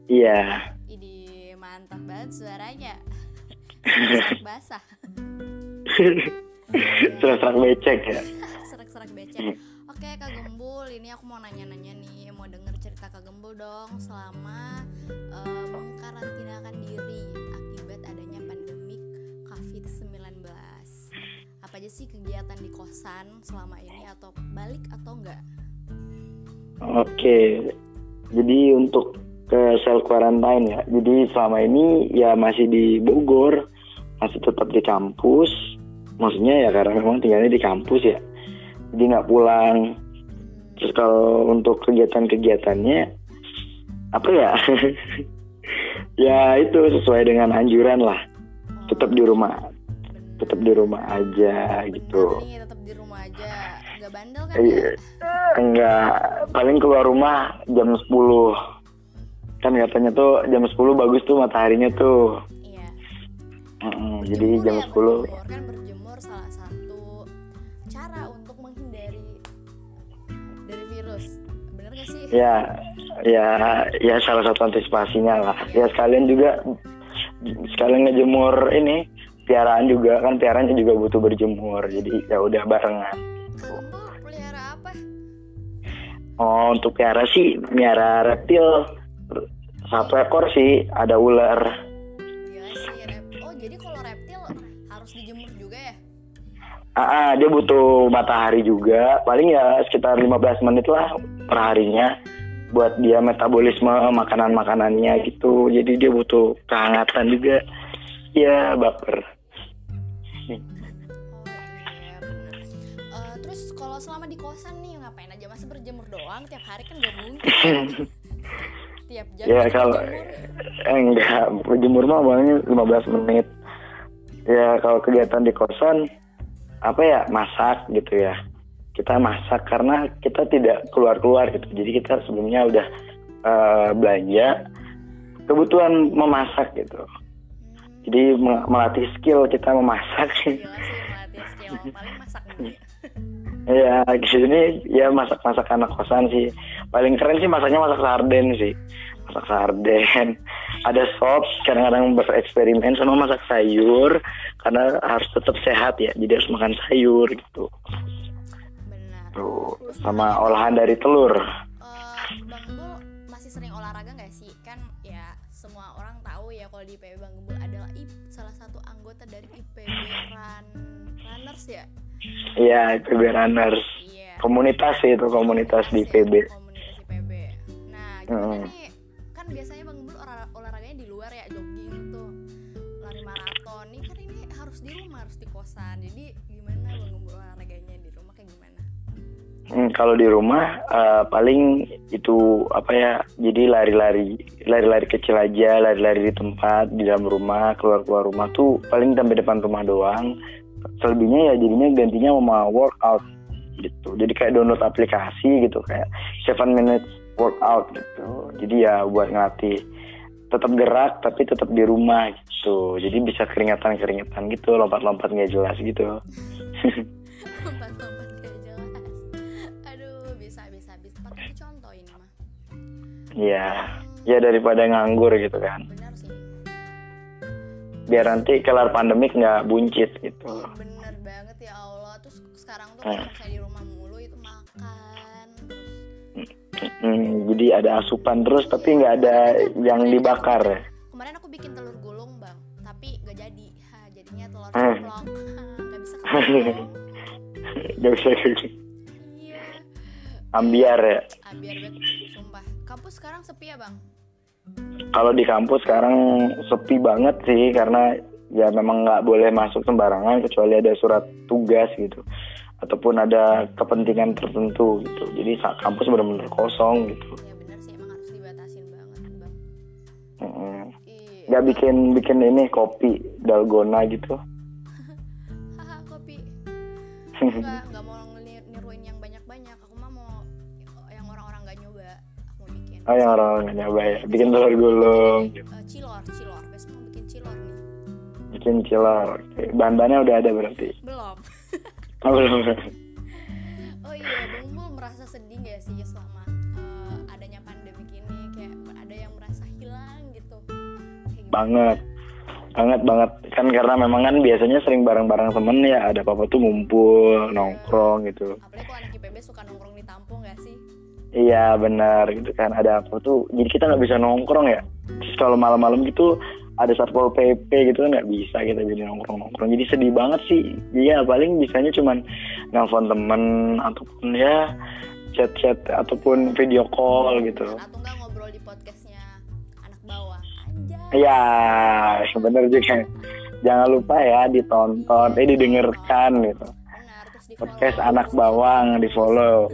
Iya. Ini mantap banget suaranya. Serak basah. Serak becek ya. Serak becek. Oke Kak Gembul, ini aku mau nanya-nanya nih, mau denger cerita Kak Gembul dong selama mengkarantinakan diri akibat adanya pandemik COVID-19. Apa aja sih kegiatan di kosan selama ini, atau balik atau enggak? Oke. Jadi untuk ke self quarantine ya. Jadi selama ini ya masih di Bogor, masih tetap di kampus. Maksudnya ya karena memang tinggalnya di kampus ya. Jadi nggak pulang. Terus kalau untuk kegiatan-kegiatannya apa ya? Ya itu sesuai dengan anjuran lah. Tetap di rumah. Tetap di rumah aja gitu. Bener nih, tetap di rumah aja. Nggak bandel kan ya? Enggak, paling keluar rumah jam 10. Kan katanya tuh jam 10 bagus tuh mataharinya tuh. Iya. Jadi jam 10. Berjemur kan, berjemur salah satu cara untuk menghindari dari virus. Bener gak sih? Ya salah satu antisipasinya lah. Ya sekalian ngejemur ini piaraan juga, kan piaraannya juga butuh berjemur. Jadi ya udah barengan. Kamu pelihara apa? Oh, untuk piara sih miara reptil 1 ekor sih, ada ular. Gila sih, oh jadi kalau reptil harus dijemur juga ya? Dia butuh matahari juga, paling ya sekitar 15 menit lah per harinya buat dia metabolisme makanan-makanannya gitu. Jadi dia butuh kehangatan juga. Ya baper. Oh iya bener. Terus kalau selama di kosan nih ngapain aja? Masa berjemur doang tiap hari kan gak mungkin. Tiap jam Ya kalau enggak, berjemur mah paling 15 menit. Ya kalau kegiatan di kosan apa ya, masak gitu ya. Kita masak karena kita tidak keluar-keluar gitu. Jadi kita sebelumnya udah belanja kebutuhan memasak gitu. Jadi melatih skill kita memasak. Gila sih, melatih skill. Paling masak nih. Ya di sini ya masak anak kosan sih. Paling keren sih masaknya masak sarden sih. Masak sarden. Ada sop, kadang-kadang bereksperimen sama masak sayur karena harus tetap sehat ya. Jadi harus makan sayur gitu. Benar. Tuh, sama olahan dari telur. Bang Gembul masih sering olahraga nggak sih? Kan ya semua orang tahu ya kalau di IPB Bang Gembul adalah salah satu anggota dari IPB Runners ya. Iya, IPB Runners. Iya. Komunitas sih itu, komunitas di IPB. Komunitas IPB. Nah, gimana nih? Kan biasanya Bang Gembul olahraganya di luar ya, jogging tuh, lari maraton. Nih kan ini harus di rumah, harus di kosan. Jadi gimana Bang Gembul olahraganya di rumah, kayak gimana? Kalau di rumah paling itu apa ya? Jadi lari-lari kecil aja, lari-lari di tempat di dalam rumah, keluar rumah tuh paling sampai depan rumah doang. Selebihnya ya jadinya gantinya sama workout gitu. Jadi kayak download aplikasi gitu, kayak 7 minutes workout gitu. Jadi ya buat ngelatih tetap gerak tapi tetap di rumah gitu. Jadi bisa keringetan gitu, lompat-lompat nggak jelas gitu. Lompat-lompat gak jelas. Aduh, bisa pakai contoh ini mah. Ya daripada nganggur gitu kan. Benar sih. Biar nanti kelar pandemik nggak buncit gitu. Bener banget ya Allah. Terus sekarang tuh kalau saya di rumah mulu itu makan terus. Jadi ada asupan terus tapi nggak ada yang dibakar. Kemarin aku bikin telur gulung Bang, tapi nggak jadi. Jadinya telur ceplok. Nggak bisa kepotong. Nggak bisa gitu. Iya. Ambiar ya. Ambiar banget, sumpah. Kampus sekarang sepi ya Bang? Kalau di kampus sekarang sepi banget sih, karena ya memang nggak boleh masuk sembarangan kecuali ada surat tugas gitu ataupun ada kepentingan tertentu gitu. Jadi kampus benar-benar kosong gitu. Ya benar sih, emang harus dibatasin banget Bang. Nggak bikin ini kopi dalgona gitu. Haha, kopi. Nggak mau niruin yang banyak-banyak. Aku mah mau yang orang-orang nggak nyoba. Aku mau bikin. Oh, yang orang nggak nyoba ya, bikin telur gulung. Cilor. Besok mau bikin cilor nih. Bikin cilor. Bahan-bahannya udah ada berarti? Belum. Belum. Oh iya, Bang Gembul merasa sedih nggak sih selama adanya pandemi ini? Kayak ada yang merasa hilang banget kan, karena memang kan biasanya sering bareng-bareng temen ya, ada apa-apa tuh ngumpul nongkrong gitu. Apalagi kalau anak IPB suka nongkrong di tampung gak sih? Iya benar gitu kan, ada apa tuh jadi kita nggak bisa nongkrong ya. Terus kalau malam-malam gitu ada satpol PP gitu kan, nggak bisa kita jadi nongkrong, jadi sedih banget sih. Iya paling bisanya cuman nelfon temen ataupun ya chat ataupun video call gitu. Atau nggak ngobrol di podcastnya anak bawah. Anjay. Iya bener juga, jangan lupa ya ditonton, didengarkan gitu. Benar, terus di Podcast Anak Bawang di follow.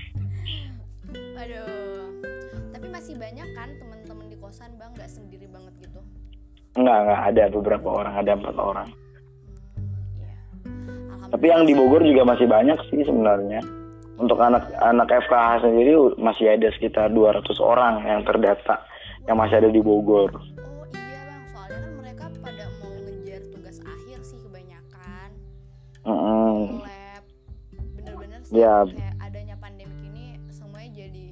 Aduh, tapi masih banyak kan teman-teman di kosan bang, nggak sendiri banget gitu? Enggak ada beberapa orang, ada 4 orang. Iya. Tapi yang di Bogor juga masih banyak sih sebenarnya. Untuk anak FKH sendiri masih ada sekitar 200 orang yang terdata yang masih ada di Bogor. Oh iya bang, soalnya kan mereka pada mau ngejar tugas akhir sih kebanyakan. Lab, bener-bener sih Ya. kayak adanya pandemi ini semuanya jadi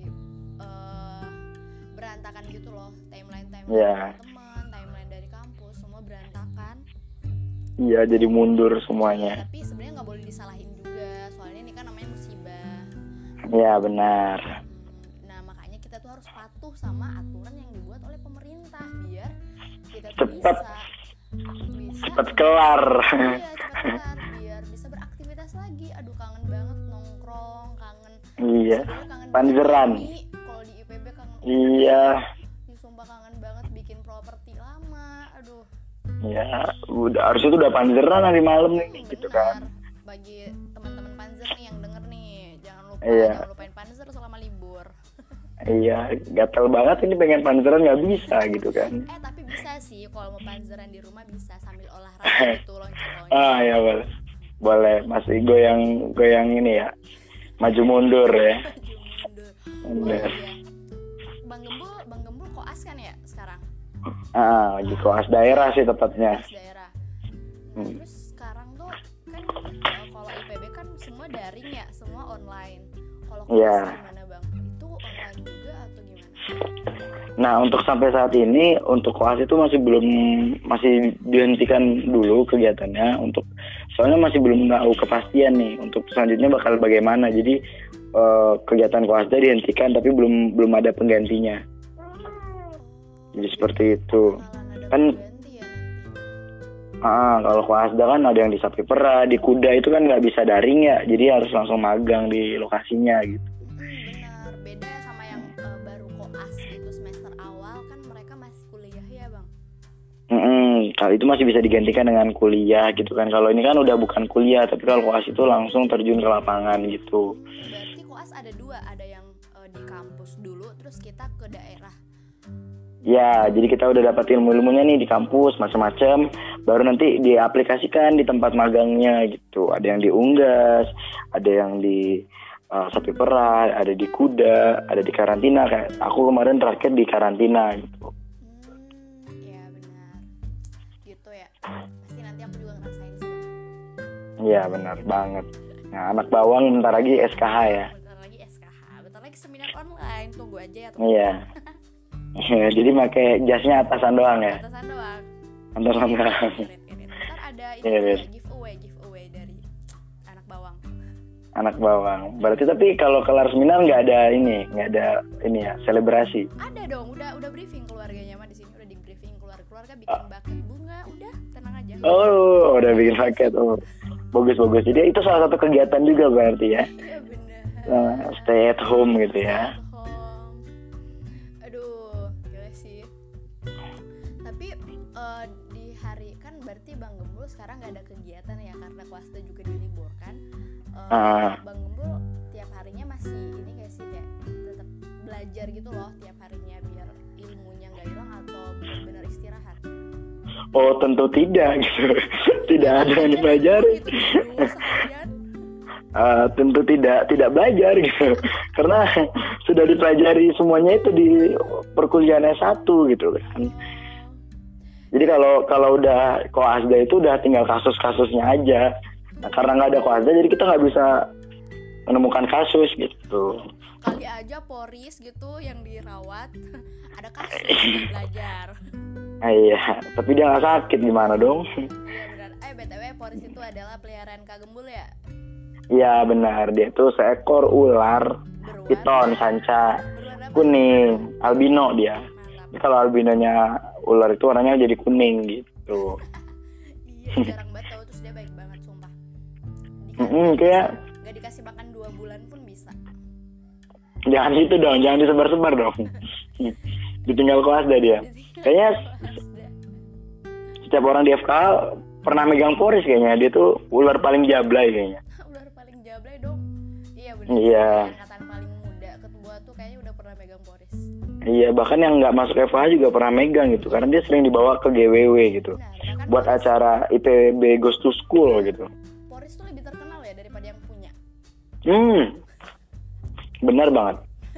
berantakan gitu loh. Timeline Ya. teman, timeline dari kampus semua berantakan. Iya, jadi mundur semuanya. Tapi sebenarnya nggak boleh disalahin juga, soalnya ini kan namanya musibah. Ya benar. Nah makanya kita tuh harus patuh sama aturan yang dibuat oleh pemerintah biar kita tuh Cepet. bisa Cepat kelar. iya cepat kelar biar bisa beraktivitas lagi. Aduh kangen banget nongkrong, kangen. Iya. Sebenarnya kangen Panzeran. banget kalau di IPB kangen. Iya. Disumpah kangen banget bikin properti lama. Aduh. Ya, harusnya tuh udah panzeran hari malam nih gitu kan. Bagi teman-teman panzer nih yang denger nih, jangan lupain panzer selama libur. Iya, gatel banget ini pengen panzeran nggak bisa gitu kan. Tapi bisa sih kalau mau panzeran di rumah bisa sambil olahraga gitu, loncat-loncat. Ya boleh masih goyang ini ya, maju mundur ya. Mundur. Iya. Bang Gembul koas kan ya sekarang? Lagi koas daerah sih tepatnya. Koas daerah. Nah, terus sekarang tuh kan kalau IPB kan semua daring ya, semua online. Kalau koas gimana bang? Itu online juga atau gimana? Nah untuk sampai saat ini untuk koas itu masih dihentikan dulu kegiatannya, untuk soalnya masih belum tahu kepastian nih untuk selanjutnya bakal bagaimana. Jadi kegiatan koasda dihentikan tapi belum ada penggantinya. Jadi seperti itu. Kan kalau koasda kan ada yang di Sapi Perah, di Kuda itu kan nggak bisa daring ya, jadi harus langsung magang di lokasinya gitu. Benar, beda sama yang baru koas gitu semester awal kan mereka masih kuliah ya bang. Kalau itu masih bisa digantikan dengan kuliah gitu kan. Kalau ini kan udah bukan kuliah, tapi kalau koas itu langsung terjun ke lapangan gitu. Berarti koas ada 2, ada yang di kampus dulu, terus kita ke daerah. Ya, jadi kita udah dapat ilmu-ilmunya nih di kampus macam-macam, baru nanti diaplikasikan di tempat magangnya gitu. Ada yang di Unggas, ada yang di Sapi Perah, ada di Kuda, ada di karantina. Kayak aku kemarin terakhir di karantina gitu. Ya benar. Gitu ya. Pasti nanti aku juga ngerasain sih bang. Iya benar banget. Nah Anak Bawang bentar lagi SKH ya. Bentar lagi SKH, bentar lagi seminar online, tunggu aja ya. Iya. Jadi pakai jasnya atasan doang ya. Atasan doang. Atasan doang. Ntar ada ini giveaway dari Anak Bawang. Anak Bawang. Berarti tapi kalau kelar seminar nggak ada ini ya selebrasi. Ada dong, udah briefing keluarganya mah di sini, udah di briefing keluarga bikin buket bunga, udah tenang aja. Oh, udah bikin paket. Oh, bagus. Jadi itu salah satu kegiatan juga berarti ya. Iya benar. Stay at home gitu ya. Di hari kan berarti Bang Gembul sekarang nggak ada kegiatan ya karena koasda juga diliburkan. Bang Gembul tiap harinya masih ini nggak sih kayak tetap belajar gitu loh tiap harinya biar ilmunya nggak hilang atau benar-benar istirahat? Oh tentu tidak gitu. Tidak ada yang dipelajari. Tentu tidak belajar gitu. Karena sudah dipelajari semuanya itu di perkuliahan S1 gitu kan. Jadi kalau udah koasda itu udah tinggal kasus-kasusnya aja. Nah, karena nggak ada koasda jadi kita nggak bisa menemukan kasus gitu. Kali aja Poris gitu yang dirawat ada kasus yang belajar. Iya, tapi dia nggak sakit gimana dong? Iya benar. BTW Poris itu adalah peliharaan Kak Gembul ya? Iya benar, dia tuh seekor ular piton sanca kuning, albino dia. Jadi kalau albinonya ular itu warnanya jadi kuning gitu. Iya, jarang banget tau, terus dia baik banget sumpah. Kayak gak dikasih makan 2 bulan pun bisa. Jangan gitu dong, jangan disebar-sebar dong. Ditinggal kelas dah dia. Kayaknya setiap orang di FK pernah megang Poris kayaknya. Dia tuh ular paling jablay kayaknya. Ular paling jablay dong. Iya benar. Iya. Angkatan paling muda ketua tuh kayaknya udah pernah megang Poris. Iya, bahkan yang nggak masuk FK juga pernah megang gitu. Karena dia sering dibawa ke GWW gitu. Nah, buat Poris, acara IPB Goes to School gitu. Poris tuh lebih terkenal ya daripada yang punya. Benar banget.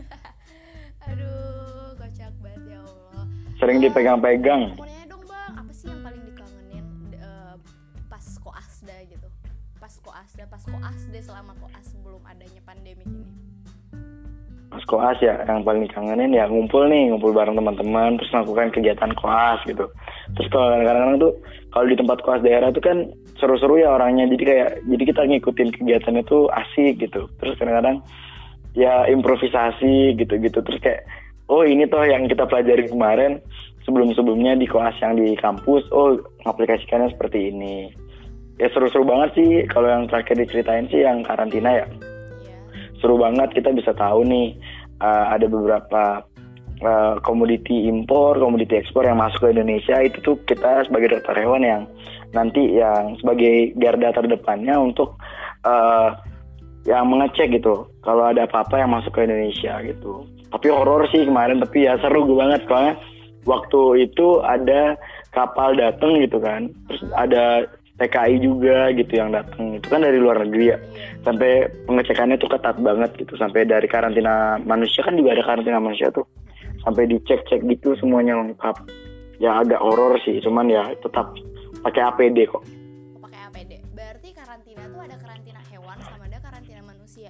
Aduh, kocak banget ya Allah. Sering dipegang-pegang. Mau nanya dong bang, apa sih yang paling dikangenin pas koasda gitu? Pas koasda selama koas sebelum adanya pandemi ini. Pas koas ya, yang paling dikangenin ya ngumpul bareng teman-teman, terus melakukan kegiatan koas gitu. Terus kalau kadang-kadang tuh kalau di tempat koas daerah tuh kan seru-seru ya orangnya, jadi kita ngikutin kegiatan itu asik gitu. Terus kadang-kadang ya improvisasi gitu-gitu, terus kayak oh ini toh yang kita pelajari kemarin sebelum-sebelumnya di koas yang di kampus, oh aplikasikannya seperti ini. Ya seru-seru banget sih. Kalau yang terakhir diceritain sih yang karantina ya, seru banget, kita bisa tahu nih ada beberapa komoditi impor, komoditi ekspor yang masuk ke Indonesia. Itu tuh kita sebagai dokter hewan yang nanti yang sebagai garda terdepannya untuk yang mengecek gitu kalau ada apa-apa yang masuk ke Indonesia gitu. Tapi horor sih kemarin, tapi ya seru banget soalnya waktu itu ada kapal datang gitu kan, terus ada TKI juga gitu yang datang, itu kan dari luar negeri ya, sampai pengecekannya tuh ketat banget gitu, sampai dari karantina manusia kan juga ada karantina manusia tuh, sampai dicek-cek gitu semuanya lengkap. Ya agak horor sih, cuman ya tetap pakai APD kok. Pakai APD. Berarti karantina tuh ada karantina hewan sama ada karantina manusia.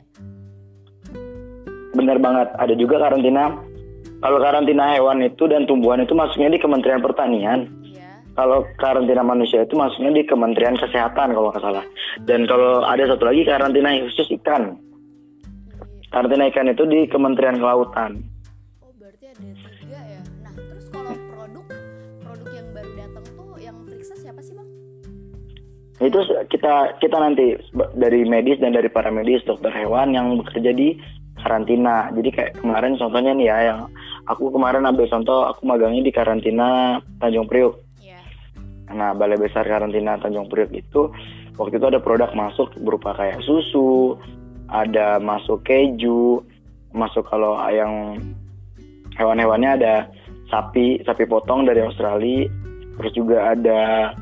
Benar banget, ada juga karantina. Kalau karantina hewan itu dan tumbuhan itu masuknya di Kementerian Pertanian. Kalau karantina manusia itu masuknya di Kementerian Kesehatan kalau nggak salah. Dan kalau ada satu lagi karantina khusus ikan. Karantina ikan itu di Kementerian Kelautan. Oh berarti ada 3 ya. Nah terus kalau produk yang baru datang tuh yang periksa siapa sih bang? Itu kita nanti dari medis dan dari paramedis, dokter hewan yang bekerja di karantina. Jadi kayak kemarin contohnya nih ya, yang aku kemarin ambil contoh, aku magangnya di karantina Tanjung Priuk. Nah, Balai Besar Karantina Tanjung Priok itu waktu itu ada produk masuk berupa kayak susu, ada masuk keju, masuk kalau yang hewan-hewannya ada sapi potong dari Australia, terus juga ada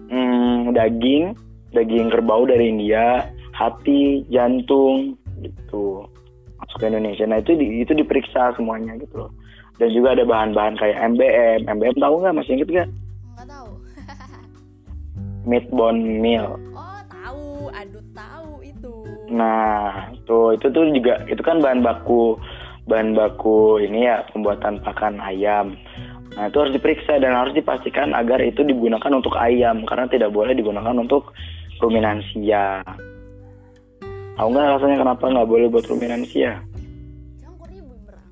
daging kerbau dari India, hati, jantung gitu masuk ke Indonesia. Nah itu diperiksa semuanya gitu loh. Dan juga ada bahan-bahan kayak MBM tahu nggak, masih inget nggak? Nggak tahu. Meat bone meal. Oh tahu, aduh tahu itu. Nah itu juga itu kan bahan baku ini ya pembuatan pakan ayam. Nah itu harus diperiksa dan harus dipastikan agar itu digunakan untuk ayam karena tidak boleh digunakan untuk ruminansia. Tahu nggak alasannya kenapa nggak boleh buat ruminansia? Jangkornya bumerang.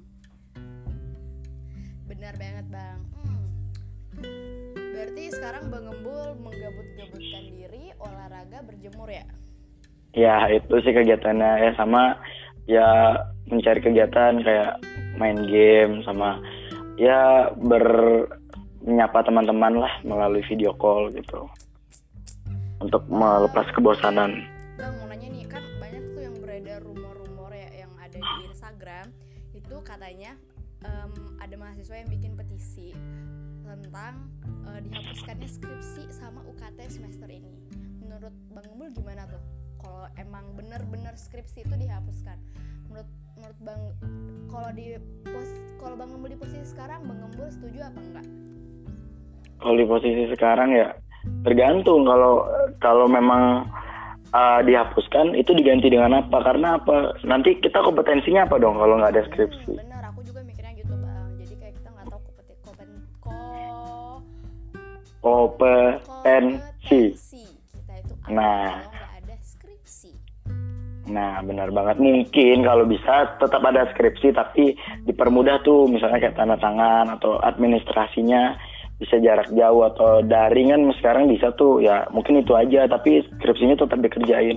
Benar banget bang. Berarti sekarang Bang Gembul menggabut-gabutkan diri olahraga berjemur ya? Ya itu sih kegiatannya ya, sama ya mencari kegiatan kayak main game sama ya menyapa teman-teman lah melalui video call gitu untuk melepas kebosanan. Bang mau nanya nih, kan banyak tuh yang beredar rumor-rumor ya yang ada di Instagram itu katanya ada mahasiswa yang bikin petisi tentang dihapuskannya skripsi sama UKT semester ini. Menurut Bang Gembul gimana tuh? Kalau emang bener-bener skripsi itu dihapuskan, menurut Bang, kalau Bang Gembul di posisi sekarang, Bang Gembul setuju apa enggak? Kalau di posisi sekarang ya tergantung. Kalau memang dihapuskan itu diganti dengan apa? Karena apa? Nanti kita kompetensinya apa dong kalau nggak ada skripsi? Bener, aku juga mikirnya gitu bang. Jadi kayak kita nggak tahu Kompetensi. Kita itu apa Nah. kalau nggak ada skripsi? Nah, benar banget. Mungkin kalau bisa tetap ada skripsi, tapi dipermudah tuh, misalnya kayak tanda tangan atau administrasinya bisa jarak jauh atau daring kan sekarang bisa tuh. Ya mungkin itu aja, tapi skripsinya tetap dikerjain.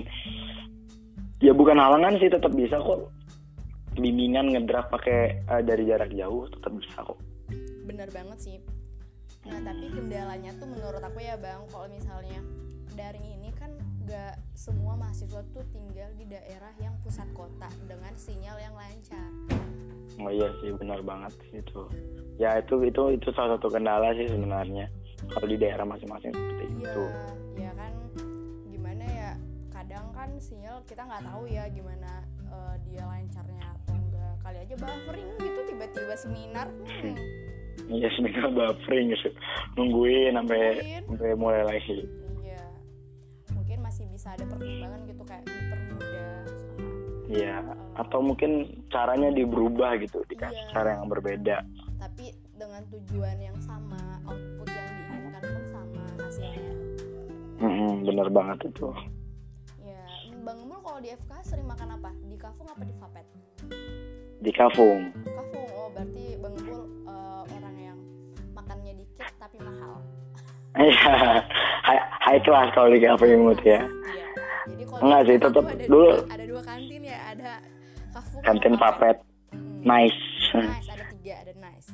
Ya bukan halangan sih, tetap bisa kok. Bimbingan ngedraft pakai dari jarak jauh tetap bisa kok. Bener banget sih. Nah tapi kendalanya tuh menurut aku ya Bang, kalau misalnya daring ini kan gak semua mahasiswa tuh tinggal di daerah yang pusat kota dengan sinyal yang lancar. Oh iya sih, benar banget itu. Ya itu salah satu kendala sih sebenarnya kalau di daerah masing-masing seperti itu. Iya kan, gimana ya, kadang kan sinyal kita nggak tahu ya gimana dia lancarnya atau enggak. Kali aja buffering gitu tiba-tiba seminar. Iya, seminar buffering gitu. Nungguin sampai mulai lagi. Iya. Mungkin masih bisa ada pertimbangan gitu kayak dipermudah sama. Iya, atau mungkin caranya diberubah gitu, dikasih cara yang berbeda. Tapi dengan tujuan yang sama, output yang diinginkan pun sama hasilnya. Bener banget itu. Ya, Bang Mul kalau di FK sering makan apa? Di kafung apa di vapet? Di kafung. Kafung, oh berarti Bang Mul orang yang makannya dikit tapi mahal. Iya, high class kalau di kafung imut ya. Iya. Jadi kalau enggak sih, tetap dulu ada 2 kantin ya, ada kafung. Kantin Papet. Nice. Nice, ada 3, ada nice.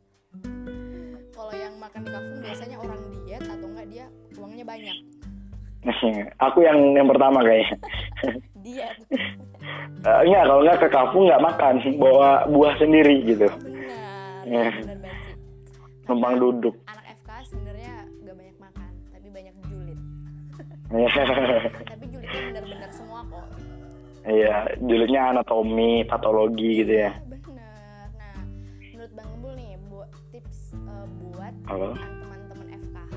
Kalau yang makan di kafung biasanya orang diet atau enggak dia uangnya banyak. Aku yang pertama kayaknya. Diet. Enggak, kalau enggak ke kafung enggak makan, bawa buah sendiri gitu. Benar banget sih. Numpang duduk. Anak FK sebenarnya enggak banyak makan, tapi banyak julid. Tapi julidnya benar-benar semua kok. Iya, julidnya anatomi, patologi gitu ya. Bener. Nah, menurut Bang Gembul nih, buat tips buat Halo? teman-teman FKH.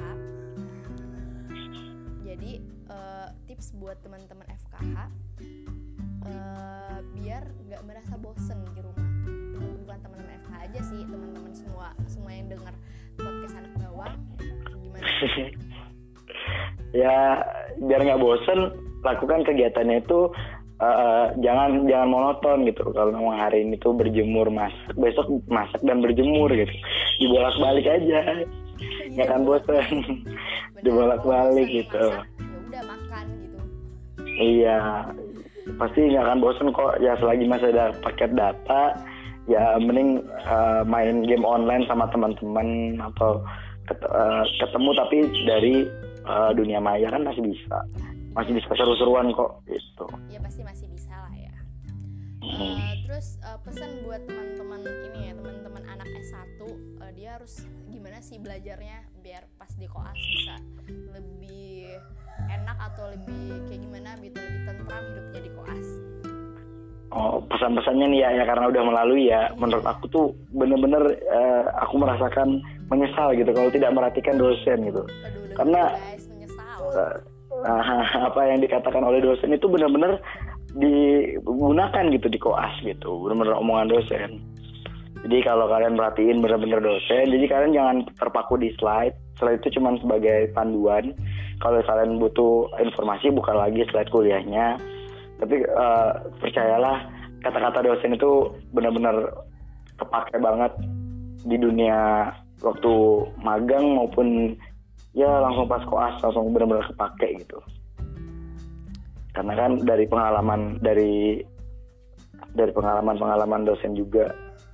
Jadi tips buat teman-teman FKH biar nggak merasa bosen di rumah. Bukan teman-teman FKH aja sih, teman-teman semua yang dengar podcast Anak Bawang. Gimana? Ya, biar nggak bosen, lakukan kegiatannya itu. Jangan monoton gitu. Kalau memang hari ini tuh berjemur, masak, besok masak dan berjemur gitu, dibolak-balik aja, nggak akan bosan. Dibolak-balik gitu. Ya udah makan gitu. Iya, pasti nggak akan bosan kok. Ya selagi masih ada paket data, ya mending main game online sama teman-teman atau ketemu tapi dari dunia maya kan masih bisa seru-seruan kok gitu. Ya pasti masih bisa lah ya. Terus pesan buat teman-teman ini ya, teman-teman anak S1, dia harus gimana sih belajarnya biar pas di koas bisa lebih enak atau lebih kayak gimana gitu, lebih tentram hidupnya di koas. Oh, pesan-pesannya nih ya karena udah melalui ya. Menurut aku tuh bener-bener aku merasakan menyesal gitu kalau tidak merhatikan dosen gitu. Aduh, karena guys, menyesal. Apa yang dikatakan oleh dosen itu benar-benar digunakan gitu di koas gitu, benar-benar omongan dosen. Jadi kalau kalian perhatiin benar-benar dosen, jadi kalian jangan terpaku di slide itu cuma sebagai panduan. Kalau kalian butuh informasi buka lagi slide kuliahnya, tapi percayalah kata-kata dosen itu benar-benar kepake banget di dunia waktu magang maupun ya langsung pas koas, langsung benar-benar kepake gitu. Karena kan dari pengalaman dosen juga.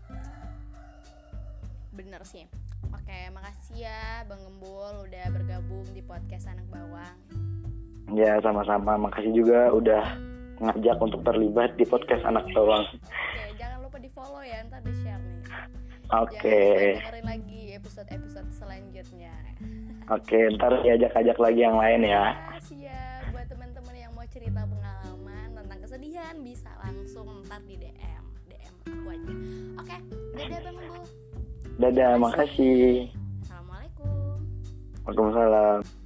Bener sih. Oke, makasih ya Bang Gembul udah bergabung di podcast Anak Bawang. Ya, sama-sama. Makasih juga udah ngajak untuk terlibat di podcast Anak Bawang. Oke, jangan lupa di-follow ya, ntar di-share nih. Oke. Jangan lupa dengerin lagi episode-episode selanjutnya. Oke, ntar diajak-ajak lagi yang lain ya. Siap, buat teman-teman yang mau cerita pengalaman tentang kesedihan bisa langsung ntar di DM aku aja. Oke, dadah Bang Gembul. Dadah, makasih. Assalamualaikum. Waalaikumsalam.